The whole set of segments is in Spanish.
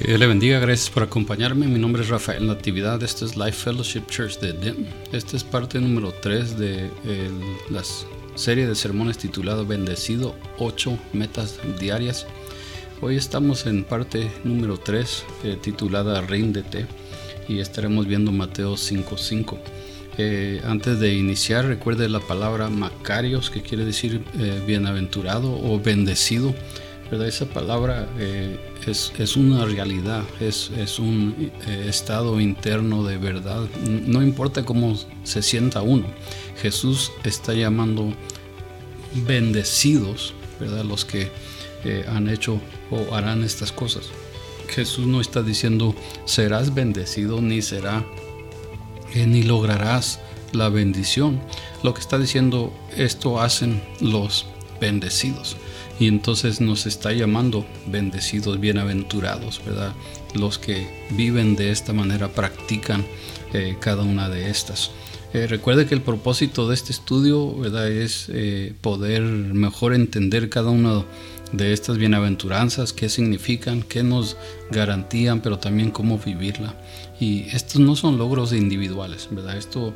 Que Dios le bendiga, gracias por acompañarme. Mi nombre es Rafael Natividad, esto es Life Fellowship Church de Denton. Esta es parte número 3 de la serie de sermones titulado Bendecido, 8 metas diarias. Hoy estamos en parte número 3 titulada Ríndete y estaremos viendo Mateo 5:5. Antes de iniciar, recuerde la palabra Macarios, que quiere decir bienaventurado o bendecido, ¿verdad? Esa palabra es una realidad, es un estado interno de verdad. No importa cómo se sienta uno, Jesús está llamando bendecidos, ¿verdad? Los que han hecho o harán estas cosas. Jesús no está diciendo serás bendecido ni lograrás la bendición. Lo que está diciendo, esto hacen los bendecidos. Y entonces nos está llamando bendecidos, bienaventurados, ¿verdad? Los que viven de esta manera, practican cada una de estas. Recuerde que el propósito de este estudio, ¿verdad?, es poder mejor entender cada una de estas bienaventuranzas, qué significan, qué nos garantían, pero también cómo vivirla. Y estos no son logros individuales, ¿verdad? Esto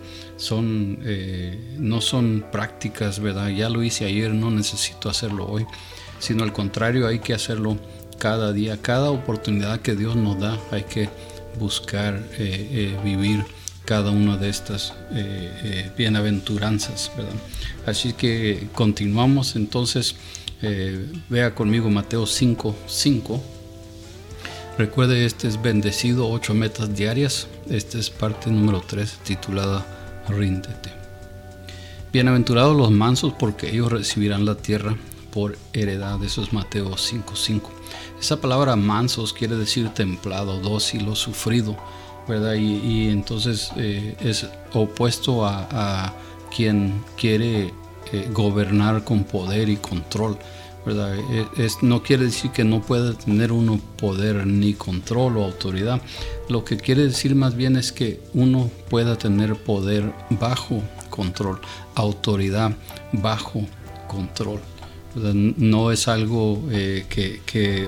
no son prácticas, ¿verdad? Ya lo hice ayer, no necesito hacerlo hoy, sino al contrario, hay que hacerlo cada día, cada oportunidad que Dios nos da, hay que buscar vivir cada una de estas bienaventuranzas, ¿verdad? Así que continuamos entonces. Vea conmigo Mateo 5:5. Recuerde, este es bendecido, 8 metas diarias. Esta es parte número 3 titulada Ríndete. Bienaventurados los mansos, porque ellos recibirán la tierra por heredad. Eso es Mateo 5:5. Esa palabra mansos quiere decir templado, dócil o sufrido, ¿verdad? Y entonces es opuesto a quien quiere gobernar con poder y control, ¿verdad? No quiere decir que no pueda tener uno poder ni control o autoridad. Lo que quiere decir más bien es que uno pueda tener poder bajo control, autoridad bajo control, ¿verdad? No es algo que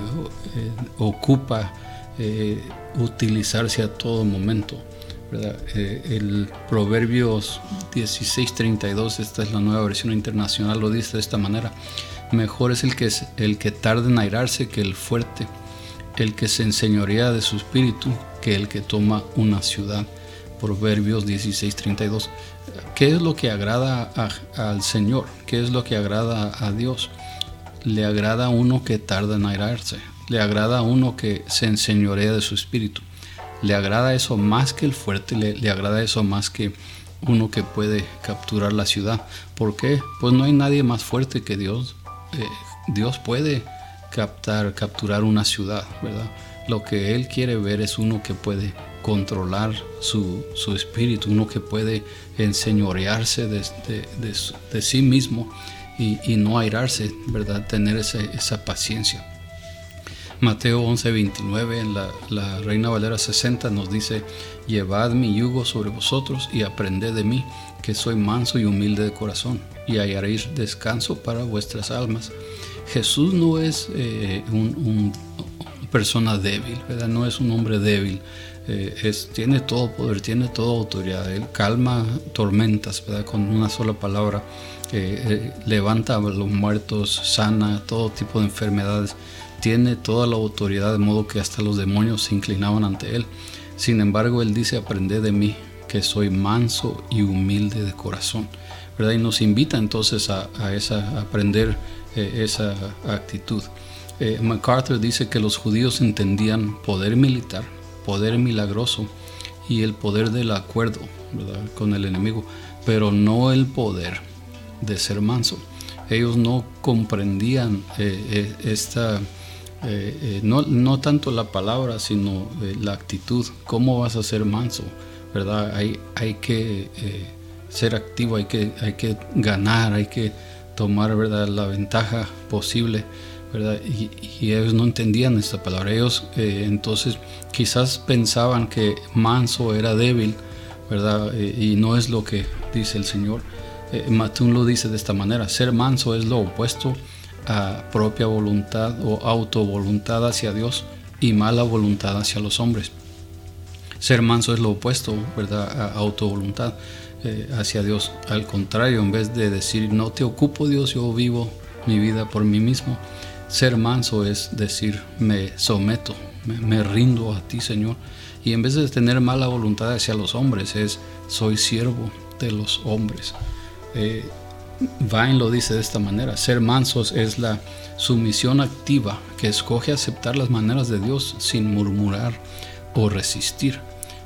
ocupa utilizarse a todo momento, ¿verdad? El Proverbios 16:32, esta es la nueva versión internacional, lo dice de esta manera: mejor es el que tarda en airarse que el fuerte, el que se enseñorea de su espíritu que el que toma una ciudad. Proverbios 16:32. ¿Qué es lo que agrada al Señor? ¿Qué es lo que agrada a Dios? Le agrada a uno que tarda en airarse, le agrada a uno que se enseñorea de su espíritu. Le agrada eso más que el fuerte, le agrada eso más que uno que puede capturar la ciudad. ¿Por qué? Pues no hay nadie más fuerte que Dios. Dios puede capturar una ciudad, ¿verdad? Lo que Él quiere ver es uno que puede controlar su espíritu, uno que puede enseñorearse de sí mismo y no airarse, ¿verdad? Tener esa paciencia. Mateo 11:29 en la Reina Valera 60 nos dice: llevad mi yugo sobre vosotros y aprended de mí, que soy manso y humilde de corazón, y hallaréis descanso para vuestras almas. Jesús no es una persona débil, ¿verdad? No es un hombre débil. Tiene todo poder, tiene toda autoridad. Él calma tormentas, ¿verdad? Con una sola palabra. Levanta a los muertos, sana todo tipo de enfermedades. Tiene toda la autoridad, de modo que hasta los demonios se inclinaban ante Él. Sin embargo, Él dice: aprended de mí, que soy manso y humilde de corazón, ¿verdad? Y nos invita entonces a aprender esa actitud. MacArthur dice que los judíos entendían poder militar, poder milagroso y el poder del acuerdo, ¿verdad?, con el enemigo, pero no el poder de ser manso. Ellos no comprendían no tanto la palabra, sino la actitud. ¿Cómo vas a ser manso? ¿Verdad? Hay que ser activo, hay que ganar, hay que tomar, ¿verdad?, la ventaja posible, ¿verdad? Y ellos no entendían esta palabra. Ellos entonces quizás pensaban que manso era débil, ¿verdad? Y no es lo que dice el Señor. Matún lo dice de esta manera: ser manso es lo opuesto a propia voluntad o autovoluntad hacia Dios, y mala voluntad hacia los hombres. Ser manso es lo opuesto, ¿verdad?, a autovoluntad hacia Dios. Al contrario, en vez de decir no te ocupo Dios, yo vivo mi vida por mí mismo, ser manso es decir me someto, me rindo a ti, Señor. Y en vez de tener mala voluntad hacia los hombres, es soy siervo de los hombres. Vine lo dice de esta manera: ser mansos es la sumisión activa que escoge aceptar las maneras de Dios sin murmurar o resistir.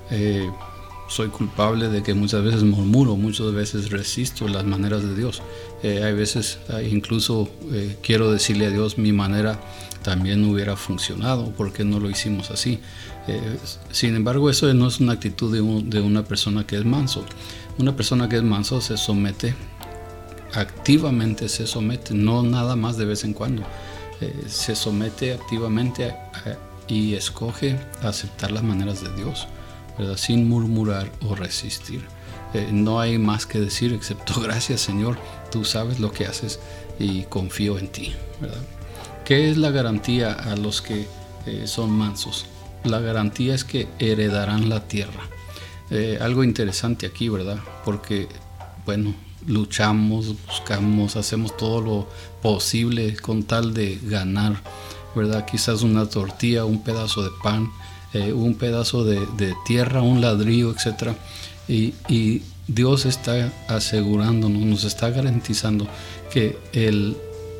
Soy culpable de que muchas veces murmuro, muchas veces resisto las maneras de Dios. Hay veces incluso quiero decirle a Dios mi manera también hubiera funcionado, ¿por qué no lo hicimos así? Sin embargo, eso no es una actitud de una persona que es manso. Una persona que es manso se somete, activamente se somete, no nada más de vez en cuando. Se somete activamente y escoge aceptar las maneras de Dios, ¿verdad?, sin murmurar o resistir. No hay más que decir excepto gracias, Señor, tú sabes lo que haces y confío en ti, ¿verdad? ¿Qué es la garantía a los que son mansos? La garantía es que heredarán la tierra. Algo interesante aquí, ¿verdad? Porque, bueno, luchamos, buscamos, hacemos todo lo posible con tal de ganar, ¿verdad? Quizás una tortilla, un pedazo de pan, un pedazo de tierra, un ladrillo, etc. Y Dios está asegurándonos, nos está garantizando que el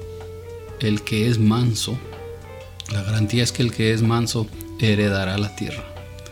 que es manso, la garantía es que el que es manso heredará la tierra.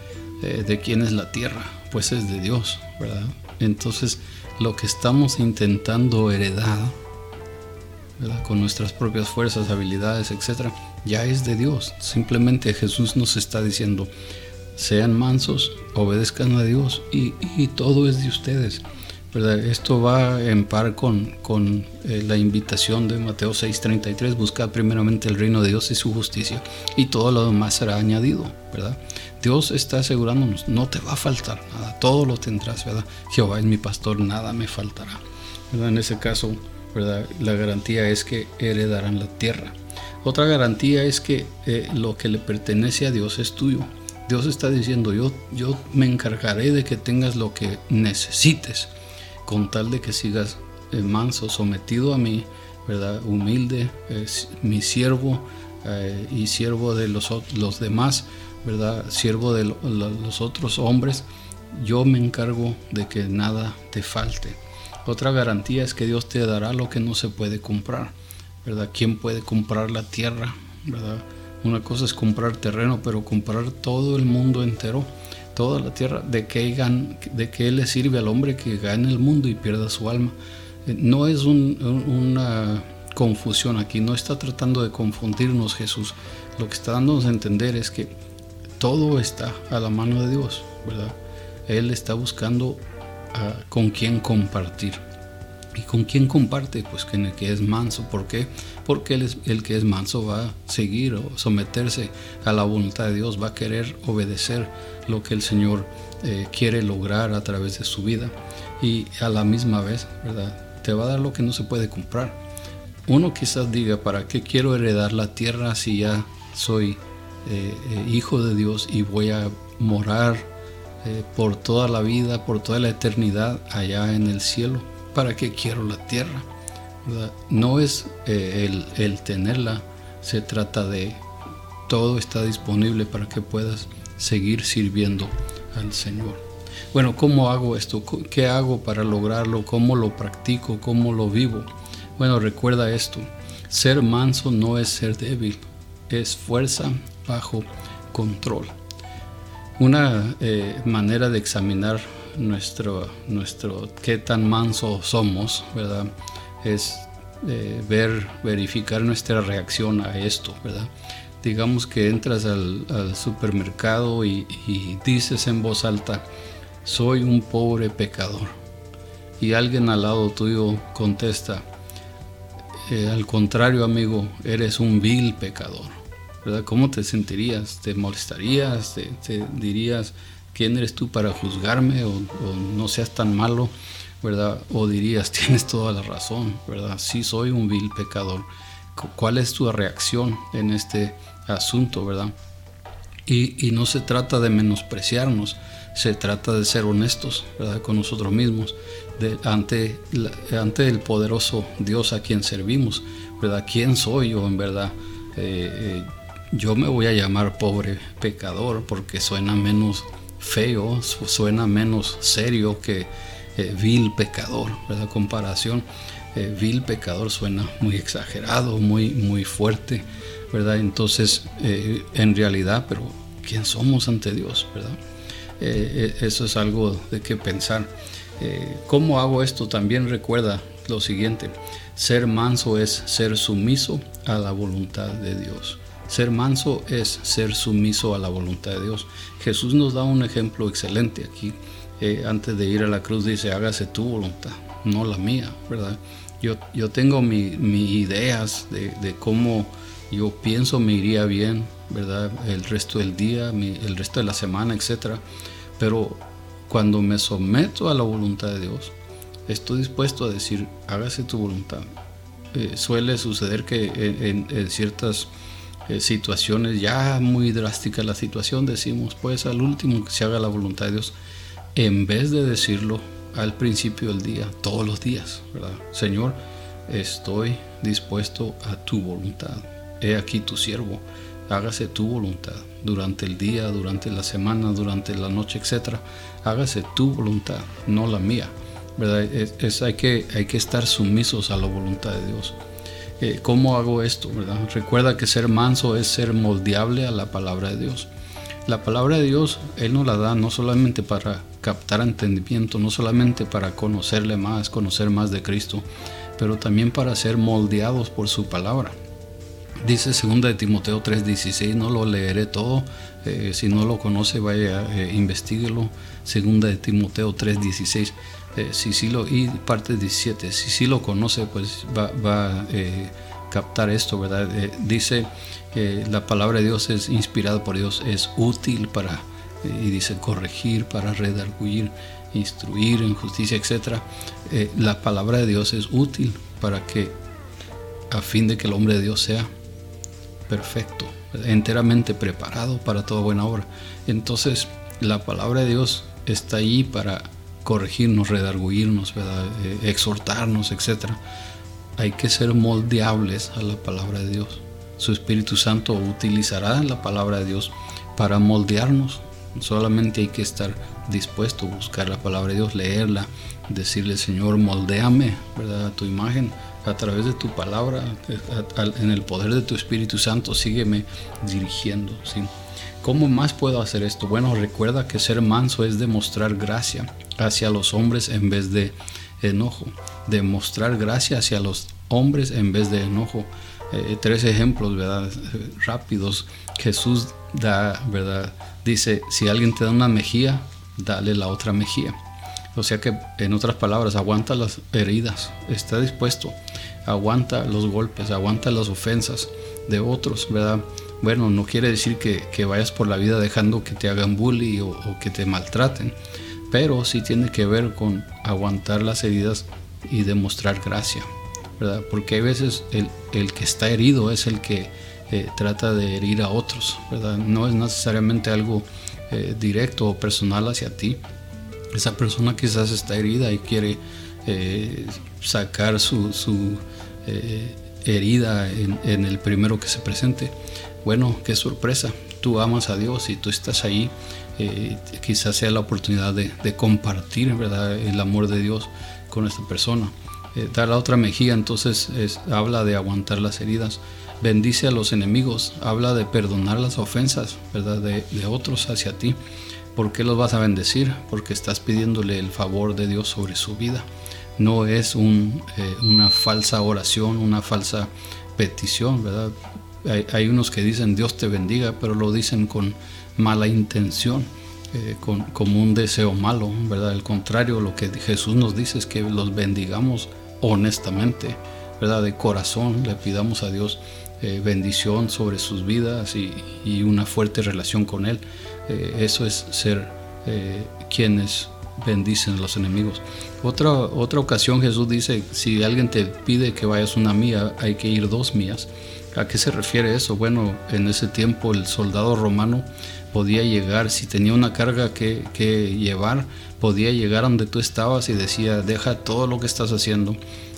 ¿De quién es la tierra? Pues es de Dios, ¿verdad? Entonces, lo que estamos intentando heredar, ¿verdad?, con nuestras propias fuerzas, habilidades, etc., ya es de Dios. Simplemente Jesús nos está diciendo: sean mansos, obedezcan a Dios y todo es de ustedes, ¿verdad? Esto va en par con la invitación de Mateo 6:33: buscad primeramente el reino de Dios y su justicia, y todo lo demás será añadido, ¿verdad? Dios está asegurándonos: no te va a faltar nada, todo lo tendrás, ¿verdad? Jehová es mi pastor, nada me faltará, ¿verdad? En ese caso, ¿verdad?, la garantía es que heredarán la tierra. Otra garantía es que lo que le pertenece a Dios es tuyo. Dios está diciendo: yo me encargaré de que tengas lo que necesites, con tal de que sigas manso, sometido a mí, ¿verdad?, humilde, mi siervo y siervo de los demás, ¿verdad?, siervo de los otros hombres. Yo me encargo de que nada te falte. Otra garantía es que Dios te dará lo que no se puede comprar, ¿verdad? ¿Quién puede comprar la tierra, ¿verdad? Una cosa es comprar terreno, pero comprar todo el mundo entero, toda la tierra, ¿de qué le sirve al hombre que gane el mundo y pierda su alma? No es una confusión aquí, no está tratando de confundirnos Jesús. Lo que está dándonos a entender es que todo está a la mano de Dios, ¿verdad? Él está buscando con quién compartir. ¿Y con quién comparte? Pues con el que es manso. ¿Por qué? Porque el que es manso va a seguir o someterse a la voluntad de Dios, va a querer obedecer lo que el Señor quiere lograr a través de su vida, y a la misma vez, ¿verdad?, te va a dar lo que no se puede comprar. Uno quizás diga: ¿para qué quiero heredar la tierra si ya soy hijo de Dios y voy a morar por toda la vida, por toda la eternidad allá en el cielo? ¿Para qué quiero la tierra? ¿Verdad? No es el tenerla, se trata de todo está disponible para que puedas seguir sirviendo al Señor. Bueno, ¿cómo hago esto? ¿Qué hago para lograrlo? ¿Cómo lo practico? ¿Cómo lo vivo? Bueno, recuerda esto: ser manso no es ser débil, es fuerza bajo control. Una manera de examinar nuestro qué tan manso somos, ¿verdad?, es verificar nuestra reacción a esto, ¿verdad? Digamos que entras al supermercado y dices en voz alta: soy un pobre pecador, y alguien al lado tuyo contesta: al contrario, amigo, eres un vil pecador, ¿verdad? ¿Cómo te sentirías? ¿Te molestarías? ¿Te dirías: ¿quién eres tú para juzgarme? O no seas tan malo, ¿verdad? O dirías: tienes toda la razón, ¿verdad? Sí, soy un vil pecador. ¿Cuál es tu reacción en este asunto, verdad? Y no se trata de menospreciarnos, se trata de ser honestos, ¿verdad?, con nosotros mismos, ante el poderoso Dios a quien servimos, ¿verdad? ¿Quién soy yo en verdad? Yo me voy a llamar pobre pecador porque suena menos feo, suena menos serio que vil pecador, ¿verdad? Comparación, vil pecador suena muy exagerado, muy fuerte, ¿verdad? Entonces, en realidad, pero ¿quién somos ante Dios, verdad? Eso es algo de qué pensar. ¿Cómo hago esto? También recuerda lo siguiente: ser manso es ser sumiso a la voluntad de Dios. Ser manso es ser sumiso a la voluntad de Dios. Jesús nos da un ejemplo excelente aquí. Antes de ir a la cruz dice: hágase tu voluntad, no la mía, ¿verdad? Yo tengo mis ideas de cómo yo pienso me iría bien, ¿verdad?, el resto del día, el resto de la semana, etc. Pero cuando me someto a la voluntad de Dios, estoy dispuesto a decir: hágase tu voluntad. Suele suceder que en ciertas situaciones ya muy drásticas la situación, decimos pues al último que se haga la voluntad de Dios, en vez de decirlo al principio del día, todos los días, ¿verdad? Señor, estoy dispuesto a tu voluntad. He aquí tu siervo, hágase tu voluntad durante el día, durante la semana, durante la noche, etc. Hágase tu voluntad, no la mía, ¿verdad? Hay que estar sumisos a la voluntad de Dios. ¿Cómo hago esto, verdad? Recuerda que ser manso es ser moldeable a la palabra de Dios. La palabra de Dios, Él nos la da no solamente para captar entendimiento, no solamente para conocer más de Cristo, pero también para ser moldeados por su palabra. Dice 2 de Timoteo 3:16, no lo leeré todo, si no lo conoce vaya, investíguelo. 2 de Timoteo 3:16, y parte 17, si lo conoce pues va a captar esto, ¿verdad? Dice la palabra de Dios es inspirada por Dios, es útil para, y dice corregir, para redarguir, instruir en justicia, etc. La palabra de Dios es útil para que, a fin de que el hombre de Dios sea perfecto, enteramente preparado para toda buena obra. Entonces la palabra de Dios está ahí para corregirnos, redarguirnos, ¿verdad? Exhortarnos, etc. Hay que ser moldeables a la palabra de Dios. Su Espíritu Santo utilizará la palabra de Dios para moldearnos. Solamente hay que estar dispuesto a buscar la palabra de Dios, leerla, decirle: Señor, moldéame, ¿verdad?, a tu imagen a través de tu palabra, en el poder de tu Espíritu Santo, sígueme dirigiendo, ¿sí? ¿Cómo más puedo hacer esto? Bueno, recuerda que ser manso es demostrar gracia hacia los hombres en vez de enojo. Demostrar gracia hacia los hombres en vez de enojo. 3 ejemplos, ¿verdad?, rápidos. Jesús da, ¿verdad?, dice: si alguien te da una mejilla, dale la otra mejilla. O sea que, en otras palabras, aguanta las heridas, está dispuesto, aguanta los golpes, aguanta las ofensas de otros, ¿verdad? Bueno, no quiere decir que vayas por la vida dejando que te hagan bullying o que te maltraten, pero sí tiene que ver con aguantar las heridas y demostrar gracia, ¿verdad? Porque hay veces el que está herido es el que trata de herir a otros, ¿verdad? No es necesariamente algo directo o personal hacia ti. Esa persona quizás está herida y quiere sacar su herida en el primero que se presente. Bueno, qué sorpresa, tú amas a Dios y tú estás ahí, quizás sea la oportunidad de compartir, ¿verdad?, el amor de Dios con esta persona. Dar la otra mejilla, entonces, habla de aguantar las heridas. Bendice a los enemigos, habla de perdonar las ofensas, ¿verdad?, de otros hacia ti. ¿Por qué los vas a bendecir? Porque estás pidiéndole el favor de Dios sobre su vida. No es una falsa oración, una falsa petición, ¿verdad? Hay unos que dicen Dios te bendiga, pero lo dicen con mala intención, como un deseo malo, ¿verdad? Al contrario, lo que Jesús nos dice es que los bendigamos honestamente, ¿verdad? De corazón le pidamos a Dios bendición sobre sus vidas y una fuerte relación con Él. Eso es ser quienes bendicen a los enemigos. Otra ocasión Jesús dice: si alguien te pide que vayas una milla, hay que ir 2 millas. ¿A qué se refiere eso? Bueno, en ese tiempo el soldado romano podía llegar, si tenía una carga que llevar, podía llegar donde tú estabas y decía, deja todo lo que estás haciendo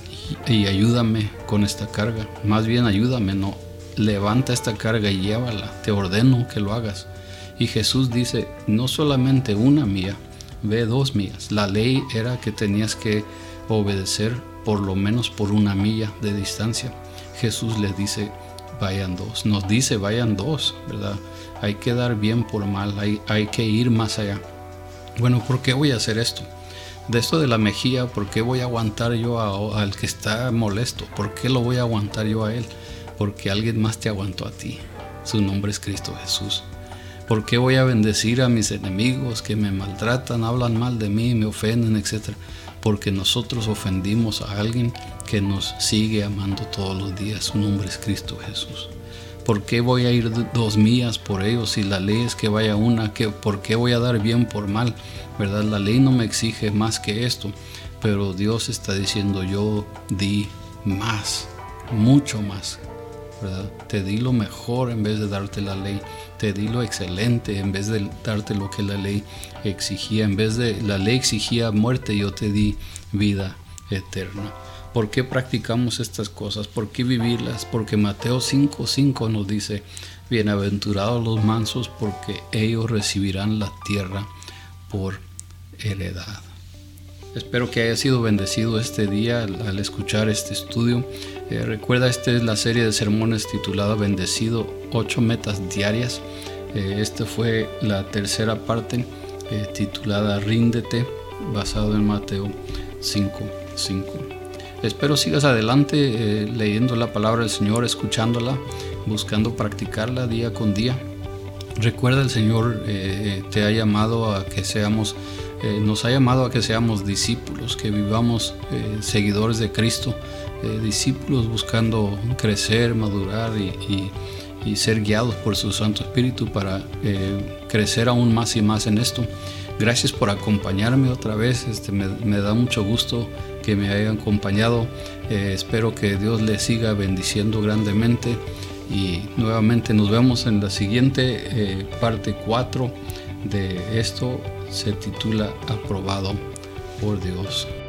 y ayúdame con esta carga. Más bien ayúdame, no, levanta esta carga y llévala, te ordeno que lo hagas. Y Jesús dice, no solamente una milla, ve 2 millas. La ley era que tenías que obedecer por lo menos por 1 milla de distancia. Jesús les dice, vayan 2. Nos dice, vayan 2, ¿verdad? Hay que dar bien por mal, hay que ir más allá. Bueno, ¿por qué voy a hacer esto? De esto de la mejilla, ¿por qué voy a aguantar yo al que está molesto? ¿Por qué lo voy a aguantar yo a él? Porque alguien más te aguantó a ti. Su nombre es Cristo Jesús. ¿Por qué voy a bendecir a mis enemigos que me maltratan, hablan mal de mí, me ofenden, etcétera? Porque nosotros ofendimos a alguien que nos sigue amando todos los días. Su nombre es Cristo Jesús. ¿Por qué voy a ir 2 millas por ellos si la ley es que vaya 1? ¿Por qué voy a dar bien por mal? ¿Verdad? La ley no me exige más que esto, pero Dios está diciendo, yo di más, mucho más, ¿verdad? Te di lo mejor en vez de darte la ley. Te di lo excelente en vez de darte lo que la ley exigía. En vez de la ley exigía muerte, yo te di vida eterna. ¿Por qué practicamos estas cosas? ¿Por qué vivirlas? Porque Mateo 5:5 nos dice, bienaventurados los mansos, porque ellos recibirán la tierra por heredad. Espero que haya sido bendecido este día al escuchar este estudio. Recuerda, esta es la serie de sermones titulada Bendecido, 8 metas diarias. Esta fue la tercera parte titulada Ríndete, basado en Mateo 5:5. Espero sigas adelante leyendo la palabra del Señor, escuchándola, buscando practicarla día con día. Recuerda, el Señor te ha llamado a que seamos, nos ha llamado a que seamos discípulos, que vivamos seguidores de Cristo, discípulos buscando crecer, madurar y ser guiados por su Santo Espíritu para crecer aún más y más en esto. Gracias por acompañarme otra vez. Me da mucho gusto que me hayan acompañado. Espero que Dios les siga bendiciendo grandemente. Y nuevamente nos vemos en la siguiente parte 4 de esto. Se titula Aprobado por Dios.